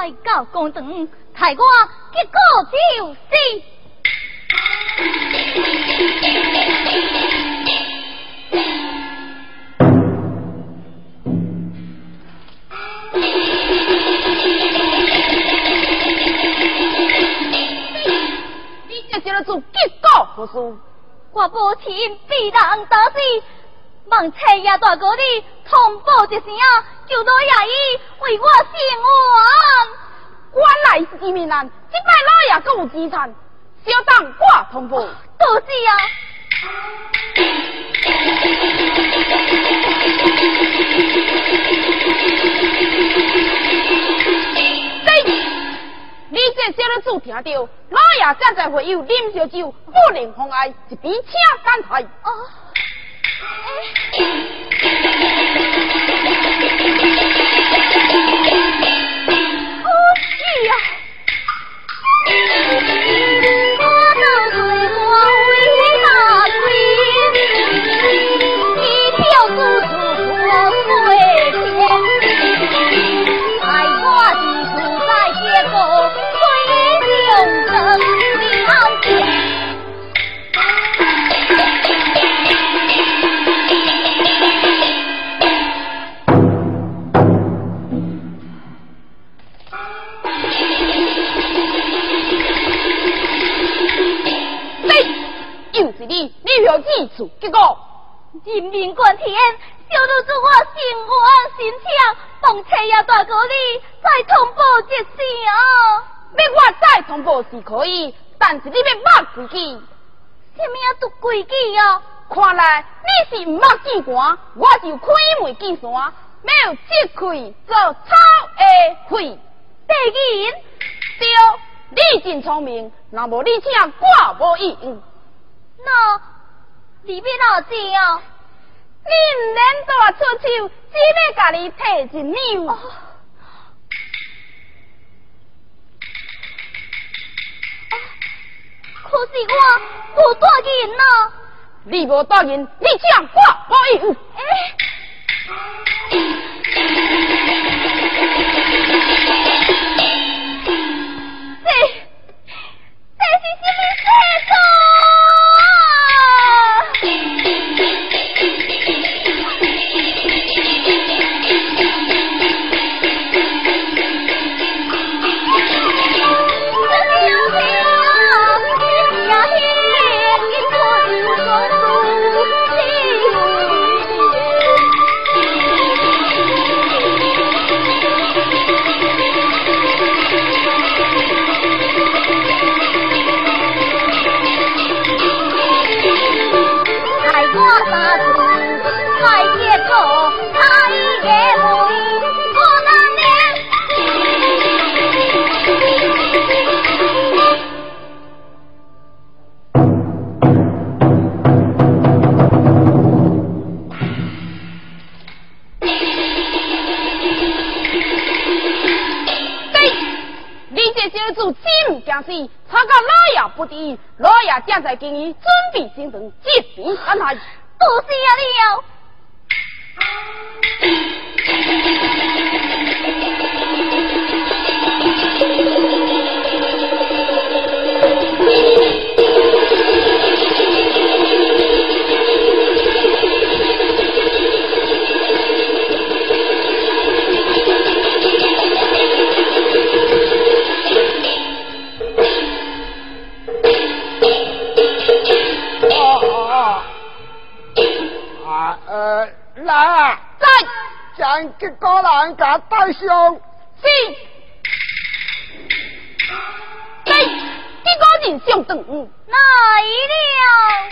来到公堂，太我结果就是。 你这是要做结果何事？ 我母亲被人打死，望车爷大哥你通报一声，求老爷伊为我伸冤。 原来是伊面难，这摆老爷阁有资产，小当我通报。 多是啊。 你这小女子听到，老爷现在会有啉烧酒，不能妨碍，一笔请干台。 哦。是啊。我都对我为大亏，一条主我会天，爱我的处在结果，最用真良心。 就是你有意处，结果人命关天，小女子我心冤心痛，望车爷大哥你再通报一声。 要我再通报是可以，但是你要捌规矩。 什么都规矩啊？ 看来你是唔捌机关，我就开门见山，要即开做草的开。 第二， 对，你真聪明，若无你请我无意用。 那你要哪钱啊？ 你唔免大出手，只要家己摕一两。 可是我无带银啊！ 你无带银，你请我无用。 这是什么制度？ 查到老爷不敌，老爷正在建议准备行动，接笔安排。 多谢了。 来，将这个人给带上。 是。这个人上等。 来了。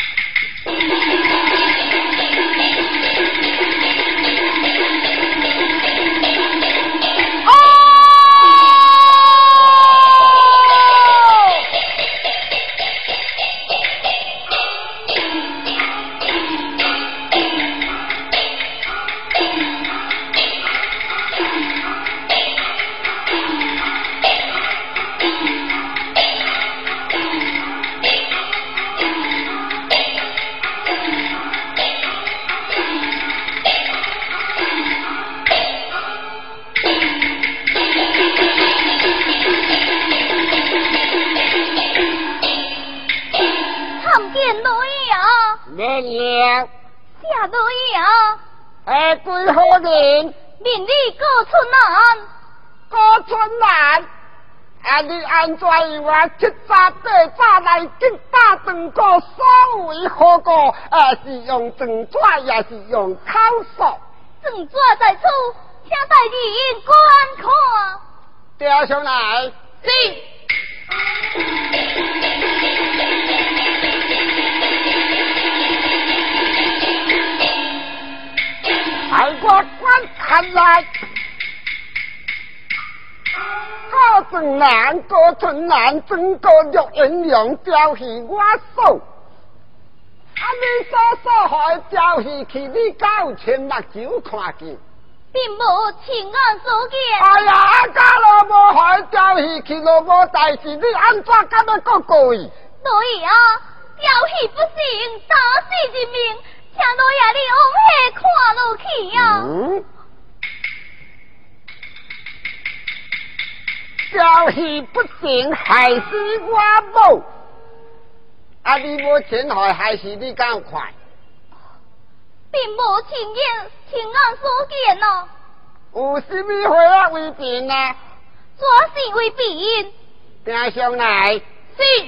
谢老爷。 哎，贵何人？ 明理高春兰。 高春兰，啊，你安怎样啊？七早八早来击打断过所为何故？是用长纸，也是用口述？ 长纸在此，请带人观看。 调上来。 是。 还我观看来。高正南、高春兰、整个玉英良调戏我手，你所害调戏去，你敢有亲目睭看见？ 并无亲眼所见。 哎呀，假若无害调戏去，若无代志，你安怎敢要搁过去？ 老爷啊，调戏不成，打死人命，请老爷你往下看落去啊。 调戏不成，害死我某。你无钱害，害死你敢有快？ 并无亲眼所见啊。 有什么话为凭啊？ 怎是为凭？ 听上来。 是。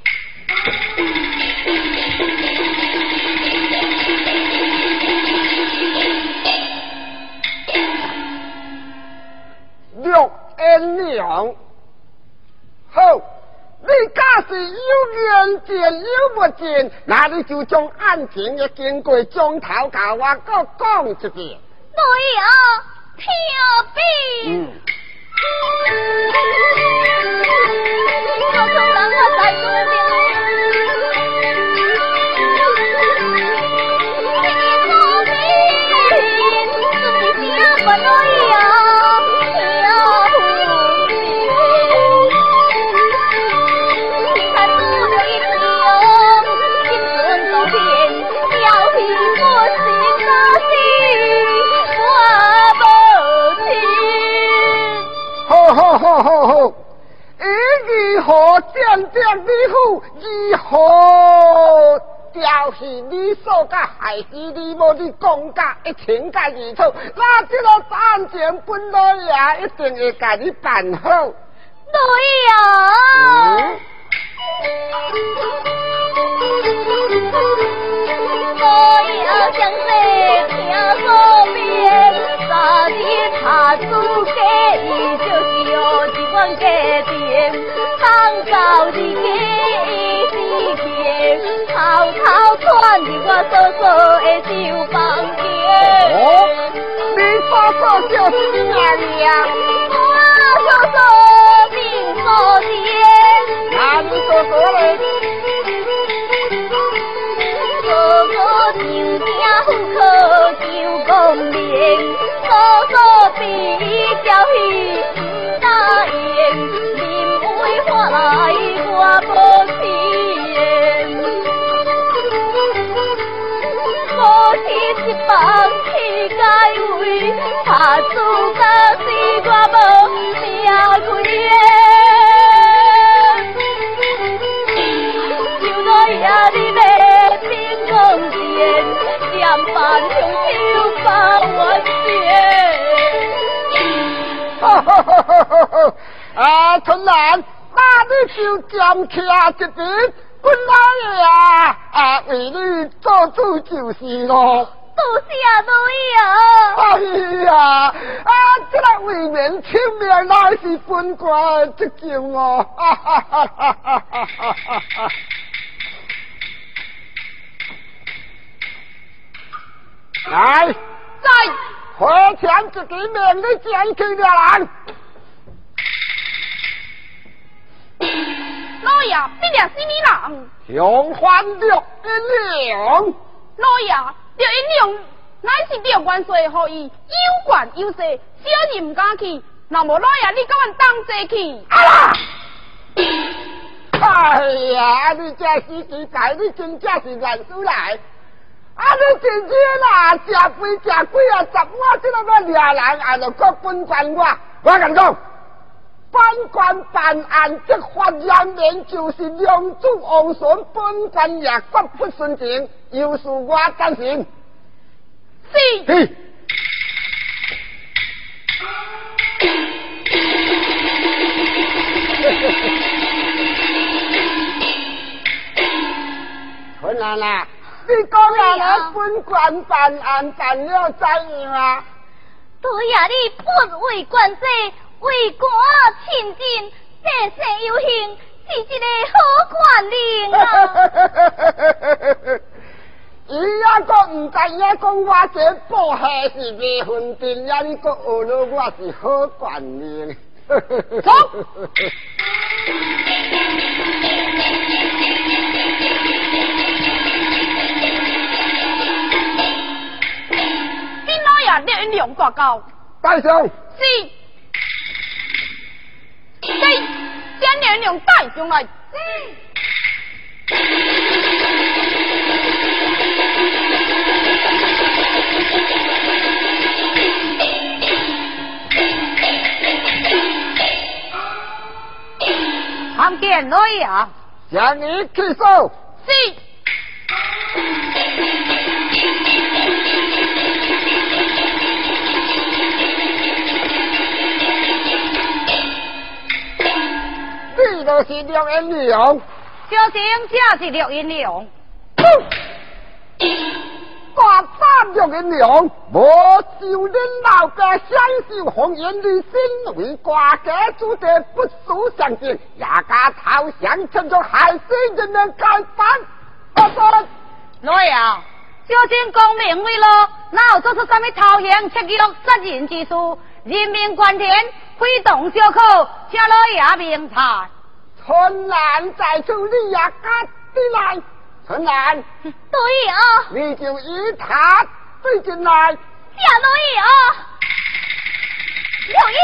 陆延良，好，你假是有眼见有目见，那你就将案情的经过从头甲我搁讲一遍。 老爷啊，听禀。我从人我在做了。 好，以如何见证你父，如何调戏你所甲害死你母，你讲甲1,000甲2错，那这个案件本来也一定会甲你办好。 老爷，我要将这听所变，昨日他主家伊就是有一碗家店，当到你家事情，偷偷窜入我嫂嫂的小房间。 你嫂嫂就是呀？ 我嫂嫂并不见。 那你嫂嫂嘞？ 哥哥上正户口就讲明，嫂嫂比调戏不答应，临危发来我无钱，我是一帮乞丐位，怕自家死我无命归的。就那呀你要兵讲电，嫌办向手把我春兰，那你就站起一边，本来为你做主就是咯。 多谢老爷。 哎呀，这个为民请命乃是本官的责任哦。来， 在回前自己命你捡起了人。 老爷，你俩是什么人？ 雄还陆延良。 老爷，陆延良乃是调元帅，可以有权有势，小人唔敢去。那么老爷，你甲阮当坐去。 哎呀，你这死奇怪，你真正是乱出来。你真正啦，吃亏吃亏10碗，这个要掠人，就搁本官我跟你讲。本官办案即发扬言，就是良主王孙，本官也绝不顺情，有事我担心。 是。 困难啦！你讲人本官办案办了怎样啊？ 对呀，你本为官者，为官亲近，百姓有幸，是一个好官令啊！ 伊也个唔知影讲我这报下是未分定呀，你个学了我是好官令。 走。今老爷廖云良大高。 大将。 是。将廖云良带上来。 看见老爷， 将你起诉。 是。 你就是廖云良。 小生这是廖云良。 大胆廖云良，无受恁老家享受红颜女身为挂家主的不属相见，也加投降，趁着害死人民该犯。阿叔， 老爷，小生公明为了，哪有做出什么投降、窃玉、杀人之事？人命关天，非动小可，请老爷明察。 春兰在此，你也加进来。春兰， 对啊， 你就以他对进来。 谢老爷啊，廖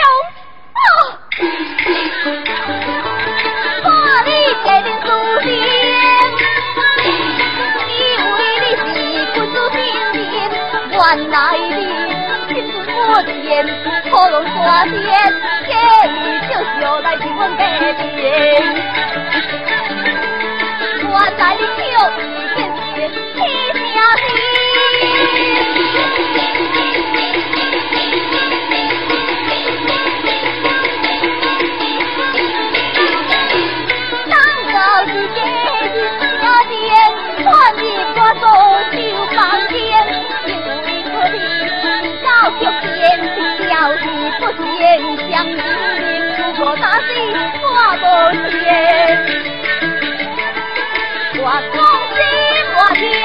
云良，看你这点书信，以为你是君主信任，原来你亲自我见，可能花钱，假意就是要来请阮家店。我在你手里变是起声当到是家家店，看你我左手放天，因为可你到局边，要是不见相遇，如果打死我无钱。我恭喜我天，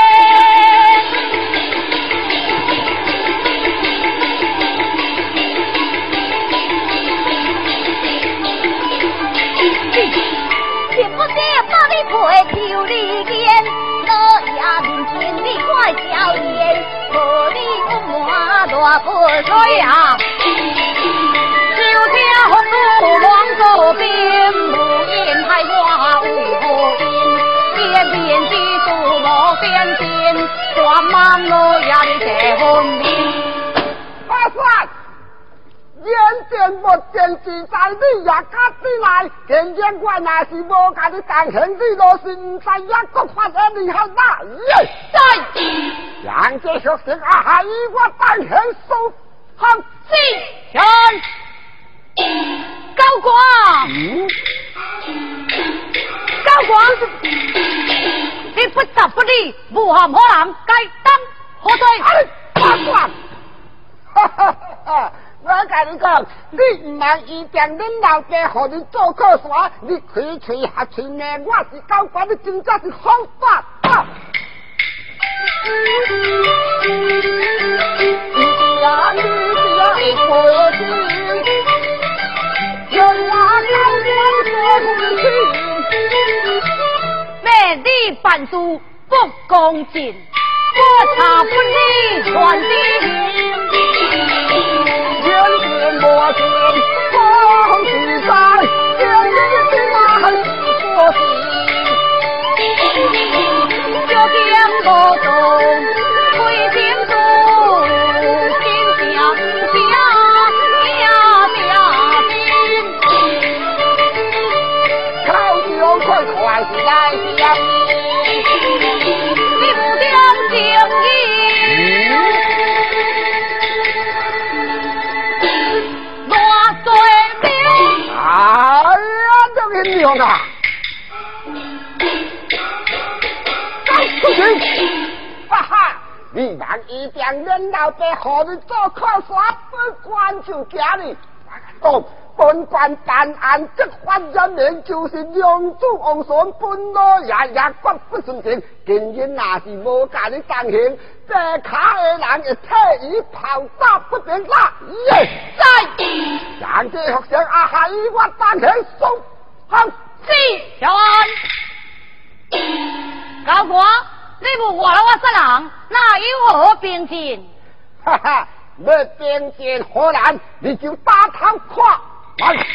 听不得把你陪求你见，老爷面前你快笑颜，可你满大盆水啊，就听红路往左边，无言害我为何因？边边之处无边边，专门老爷的这分明。 阿帅，眼见目见自在，你也加进来。今天我若是无甲你同行，你若是唔知影，搁发现你好大耶！ 在， 让这学生啊，还以我同行收好是人。高光，高光，你不答不理，无合可能，该当何罪？ 八卦！哈哈哈！我甲你讲，你唔通依定恁老家，互你做靠山，你开嘴合嘴命，我是高官，你真正是好八卦！呀，你呀，我是。原来高官说不清， 美丽办事不公正，我查不理传的人间莫见风是在，天地那是我心， 就见我中推心术，心想想。 快是来相， 你不讲情义。 讲啊！走出去！哈哈！你若一定恁老爸和你做靠山，本官就假你。讲本官办案即发人命，就是梁主王孙本老爷爷骨不顺情，今日那是无甲你当行，这卡的人会替伊炮打不平啦！耶！在让这学生阿海我当行送好是小安，高官，你不活了我杀人，那有何凭证？ 哈哈，要凭证何难？你就打头看来。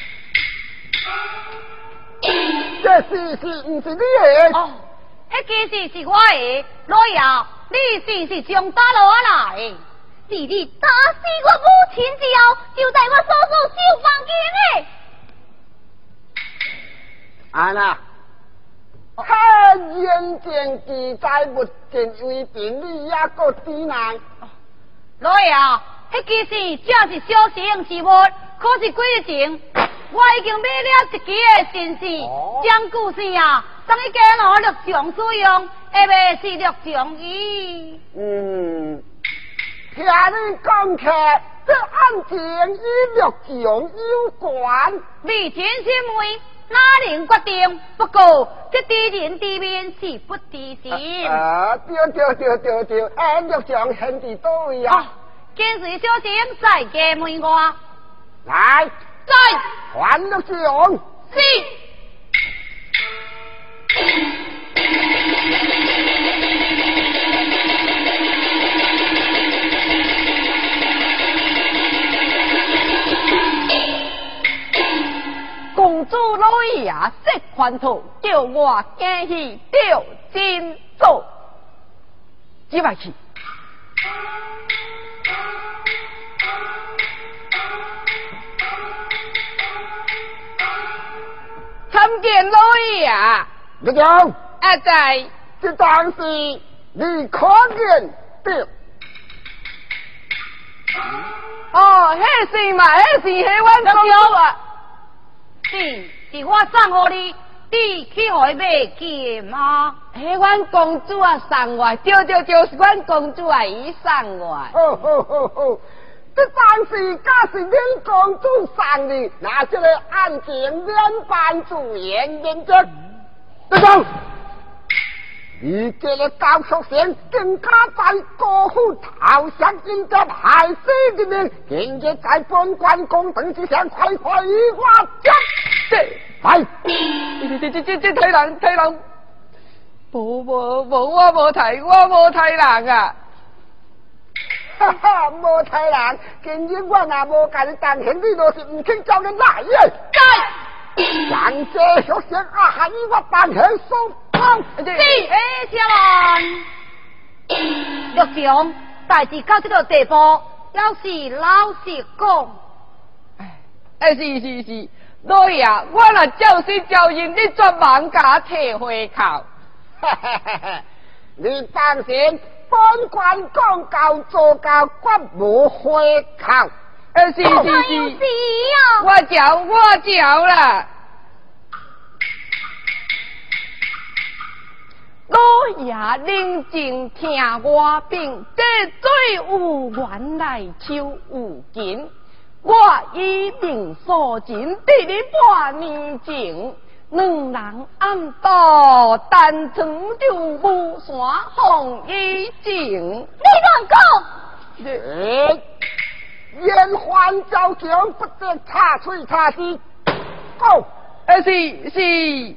这事不是你的？ 哦，迄件事是我的，老爷，你是将打落来。是你打死我母亲之后，就在我所住小房间的。 安娜，看眼见记载物件为凭，你也个知难。 老爷，迄件事只是小事之物，可是几日前，我已经买了一支的新事，将故事啊，送去家老陆上使用，下面是陆上伊。 听你讲起，这案件与陆上有关， 未前心为哪能决定？不过这知人知面是不知心。 对，陆上现伫倒位啊？ 今日小心在家门外。 来， 在还陆上。 是。 公主老爷这款头，叫我惊喜掉金走，几摆去。参见老爷。 陆上， 在这当是你可见的。 哦，迄是嘛，迄是迄阮公主啊。 是我送予你，你去互伊买剑吗？ 迄阮公主啊送我，对，是阮公主啊伊送我。 好，这当是假是恁公主送你，那这个案件免办自严免责。队长，你这个高学生更加在辜负投降应该害死的命，今日在本官公堂之上快与我讲。来， 这太人，无我无太人啊！ 哈哈，无太人，今日我若无甲你当行，你就是唔肯叫你来耶！让这学生阿汉我当行送好。 小安，陆上，代志到这个地步，要是老实讲， 是。老爷，我若照实照应，你专门甲摕回扣。 你放心，本官讲到做到，绝无回扣。 是。我照啦。老爷认真听我禀，这水有缘来秋有尽。我以命所尽，对你半年前，两人暗道单床就无山红以情。 你乱讲！ 言还交情，不得插嘴插舌。讲， 是。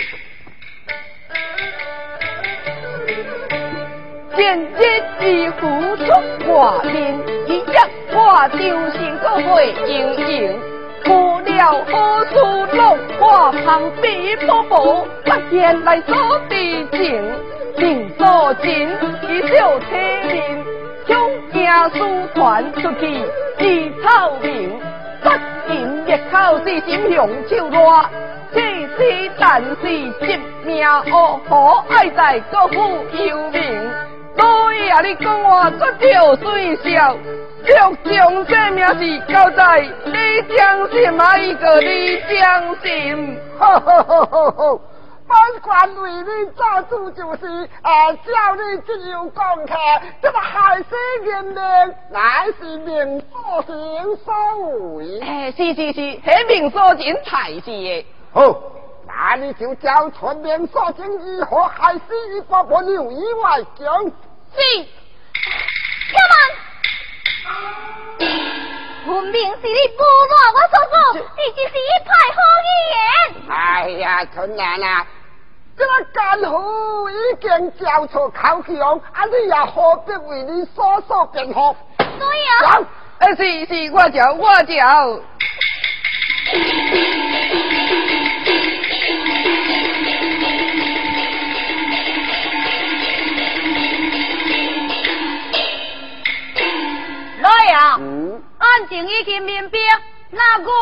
今日已付出我面，一日我就先个会应，过了好事落我旁边婆，不见来所地情，命所尽一小体面，将家书传出去，以草名，不因灭口是心向手热，这是但是一命哦，可爱在国父有名。所以啊，你讲我绝对水笑， 局长这名是交代李将心啊，一个李将心。 好好好好好。本官为你做主，就是照你这样讲起，这个害死人命，乃是命所行所为。 是，这命所行才是的。 好，那你就照全命所行如何害死一伯伯留以外讲。 是，小曼，分明是你诬赖我叔叔，你就是一派好语言。 哎呀，春兰啊！这个奸夫已经交出口供，你也何必为你所辩护？ 对呀。 是，我叫。 来呀！案情已经明白，那个。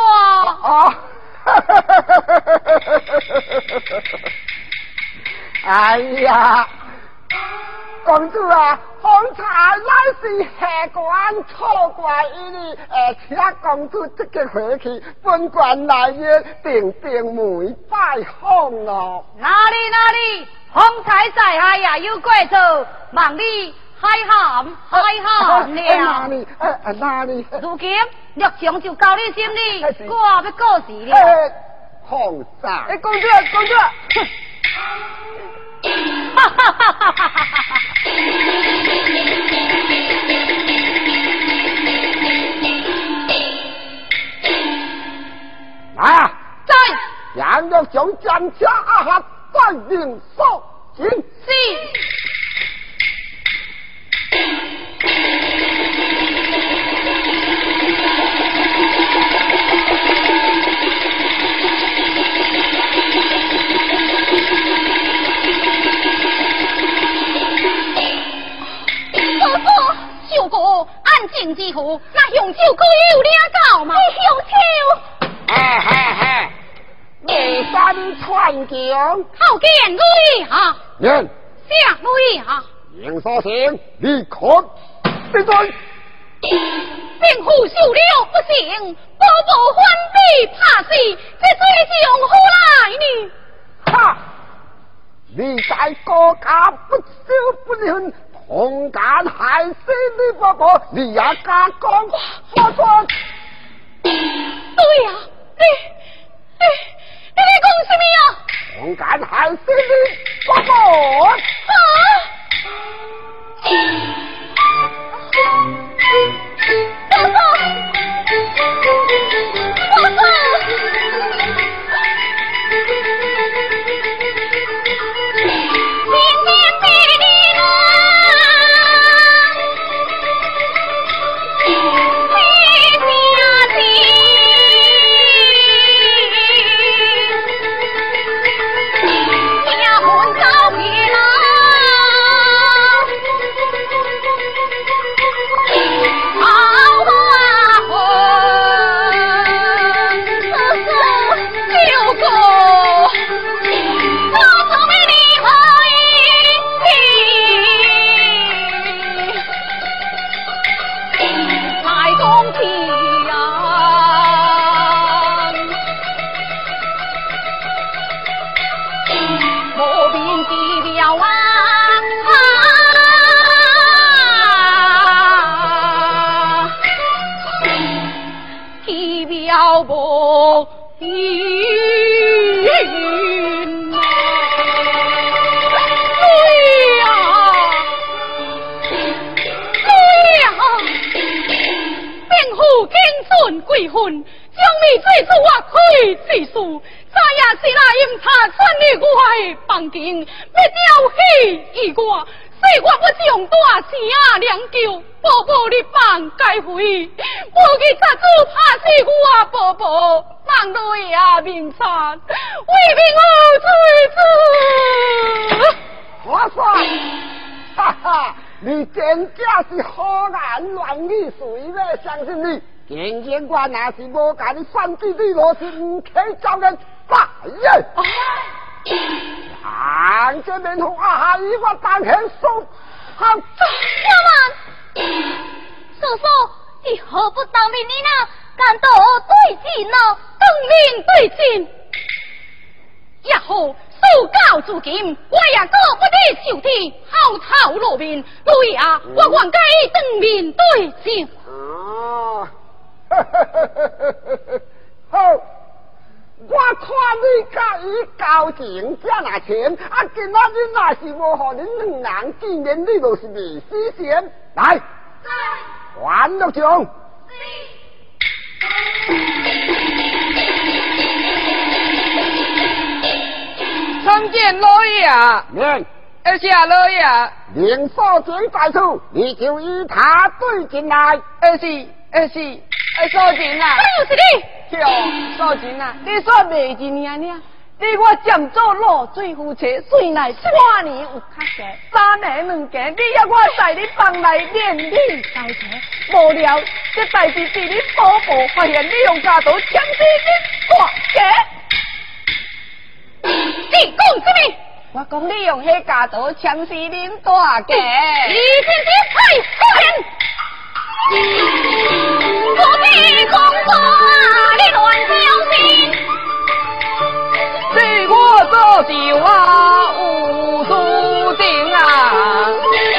哎呀，公主啊，方才乃是下官错怪于你，请公主即刻回去，本官来约定门拜访咯。 哪里，方才在下也有过错，望你海涵了。 哪里？ 如今略上就交你心里，我要过世了。 放啥？ 公主。 来啊！ 在杨玉将战车阿合带领所行。 是。舅哥，安静之后，那香酒可有领到嘛？香酒。 眉山传讲。 好见女下。 人。 下女下。 应所行，立刻闭嘴。 并夫受了不幸，宝宝反被怕死，这最将何来呢？ 哈！你在国家不孝不仁，同奸害死你伯伯，你也敢讲我错？ 对呀，你讲什么呀？ 同奸害死你伯伯。 伯伯，贵婚，将你最初我可以之事，昨夜是来饮茶穿你我的房间，要调戏意我，所以我不将大声两叫，宝宝你放解回，无去杀子拍死我宝宝，望泪啊明惨，为民而催子。 我说，哈哈，你真正是好言乱语，谁要相信你？竟然我若是无甲你算计，你若是唔肯招人杀人。让这面红阿下与我当天送好。 小曼，叔叔，你你何不当面你呢？敢斗对阵呢？ 当面对阵，也好，受教至今，我也过不得受体，好头露面，路爷，我愿该当面对阵。 哦，好，我看你甲伊交情这那深，今仔日若是无互恁两人见面，你就是未死先。来，还乐将。 参见老爷。 免。 是啊，老爷。 令所见在此，你就与他对进来。 所见啊。又是你。哟，所见啊，你说袂记呢？你我渐做落水夫妻，虽来半年有较些，3年2件，你也我在你房内连理在车，无聊，这代志被你保护发现，你用家刀枪死你大家。你讲什么？我讲你用迄家刀枪死恁大家。你天天太可怜。我被公话，你乱相信。对我做酒啊，无输定啊！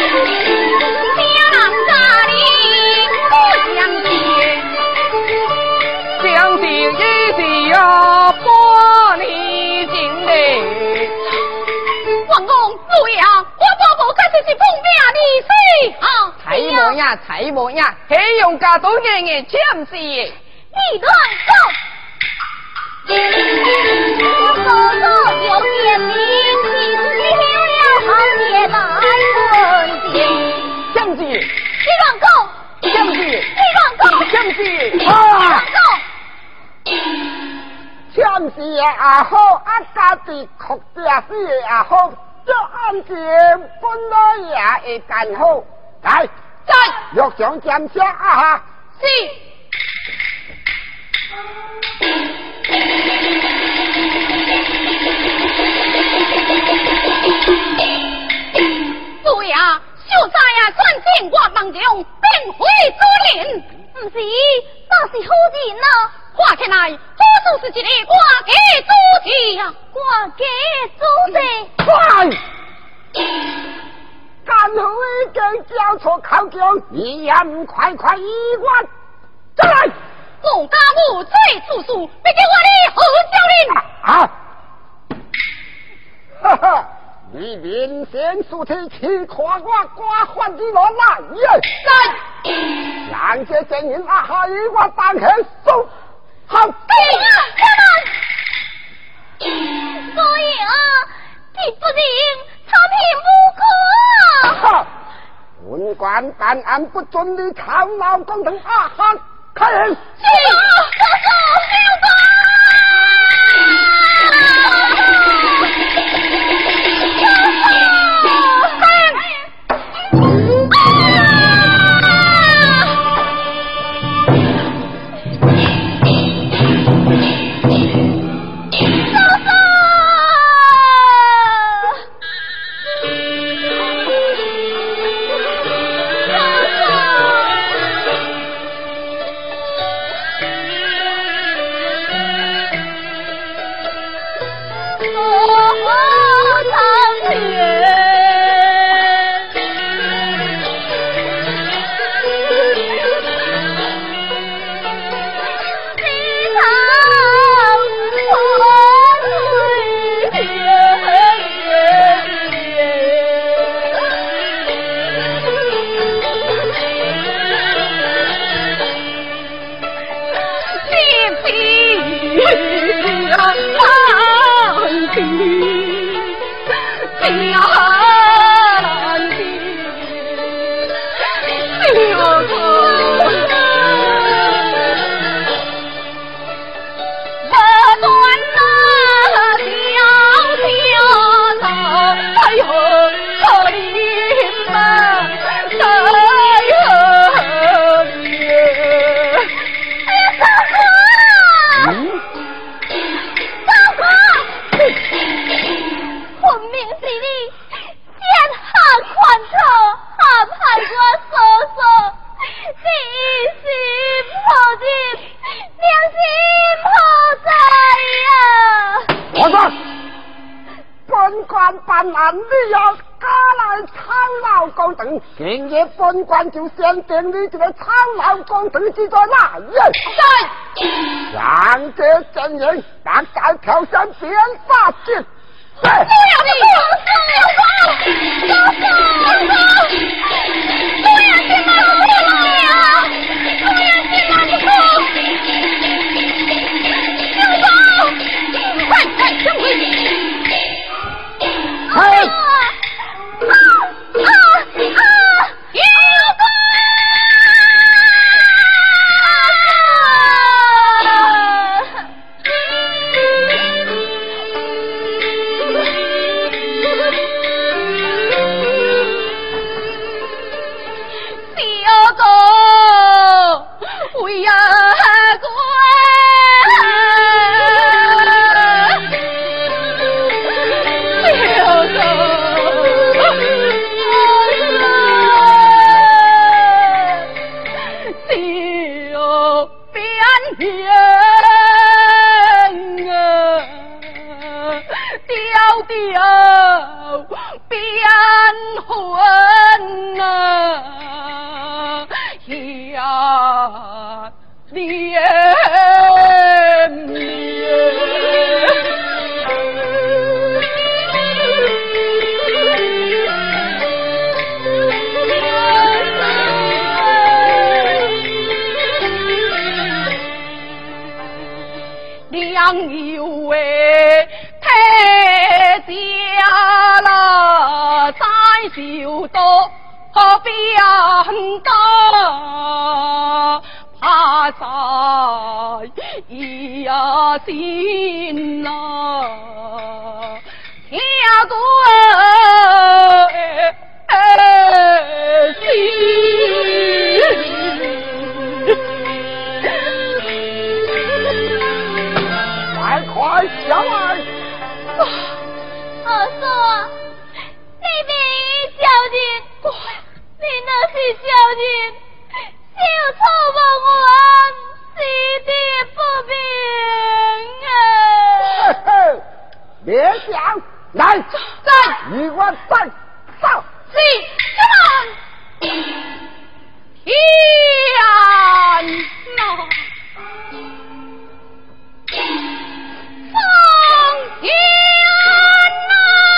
家人家里不相信，相信一时啊，半年前嘞。王公路爷，我婆婆确实是碰壁而死啊！才无呀，迄用家刀硬硬枪死的。你乱说！ 哥哥有点名气，有了好些大问题。 相子， 你乱讲！ 相子， 你乱讲！ 相子， 乱讲！ 相子也好，家己哭爹死的也好，这案件本来也会干好。来， 在陆上监车哈。 是。路爷，秀才啊，钻进我梦中，变回主人。 不是，那是夫人啊！ 看起来，多数是一个挂家主事呀， 挂家主事。 快！干好已经交错口供，你也唔快医院再来！ 我家母最处处，别叫我你何小人！ 哈哈，你明显输体去看我瓜换之落来耶！来，让这证人下医院当起送好。 所以啊，你不能差评不可啊！ 本官办案不准你吵闹公堂开人！ 是哥哥， 办案，你要加来操劳工程，今日本官就先定你这个操劳工程是在哪人？让这阵营大家跳上边杀进。不要你！心啊，听过心，快下来！ 二叔，你别小人，你若是小人，就错问我。是的不明别想来，与我战上！ 是什么？天哪！苍天哪！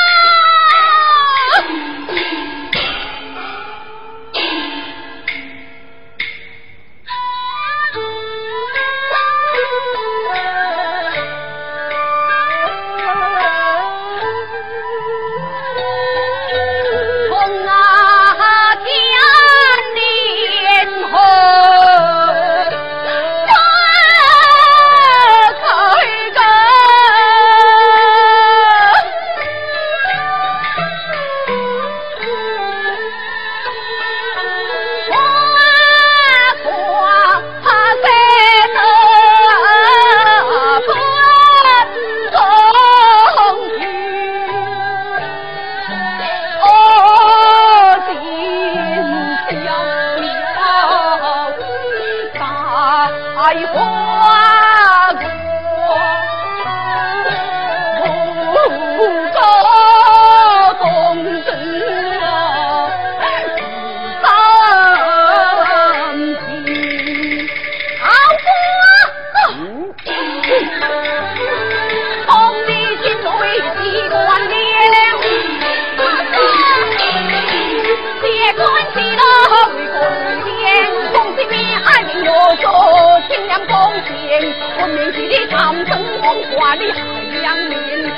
我明知你tham生枉法，你害良民，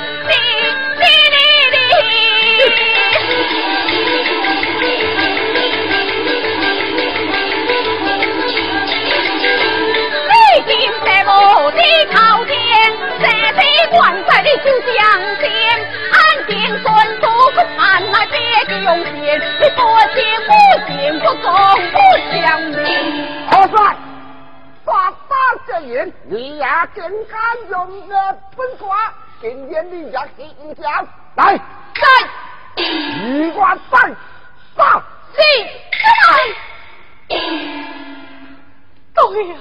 你今在我的朝前，这批官在你就相见，安定顺楚不谈来别的用钱，你不亲不敬不忠不相明。 好帅！法法这言，你也竟敢用我本卦，今天你也是一条来，与我战上！ 是，对呀，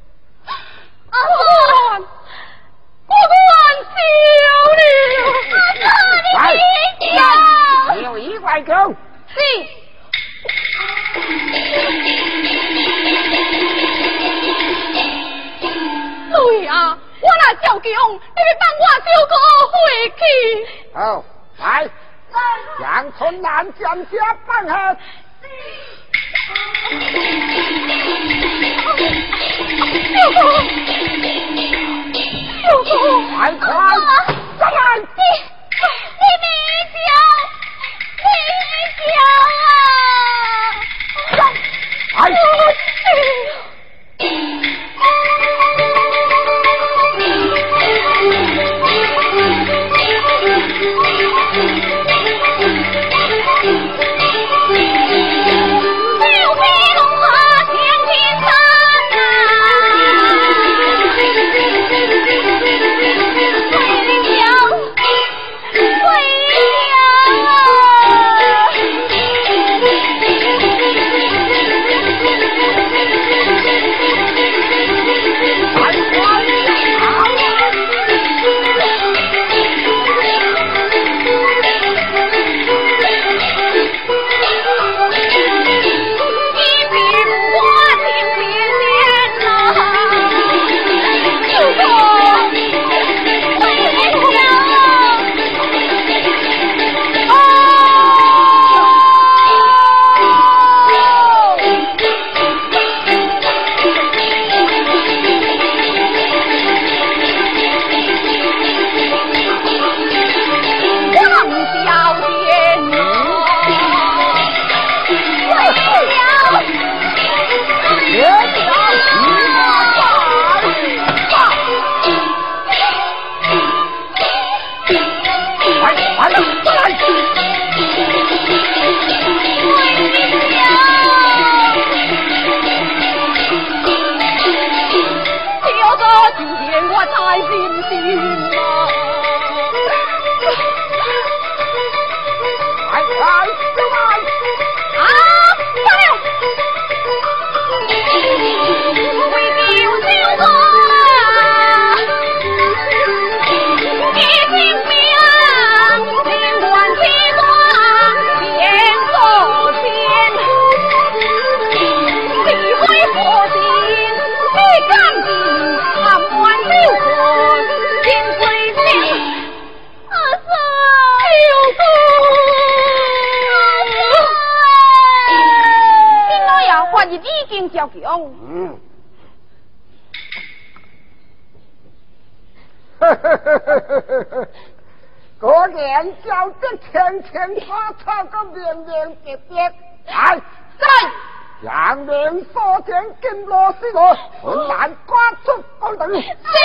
我管小了。 啊！我若照强，你要放我小哥回去。 好，来，杨春兰将家放下。 小哥， 快快，上来！ 你别叫啊！ 哎！ 小强， 果然叫这天天花草个绵绵别别，来，杨明所见金罗丝罗，很难刮出高等。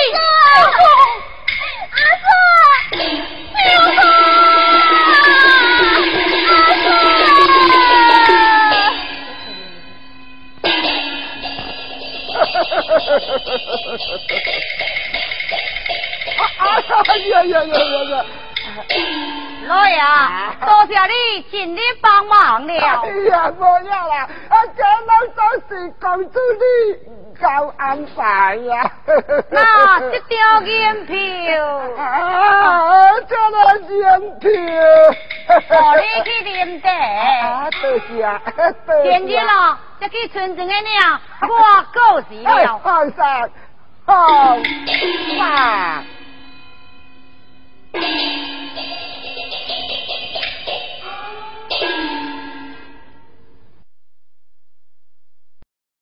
呀！ 老爷，多谢你尽力帮忙了。 哎呀，冇呀啦，这老早是公主你够安排呀。 那这张银票， 这个银票， 我你去领得。 对呀， 今日啦，这去村庄的娘，我告辞了。 放上，好，爸。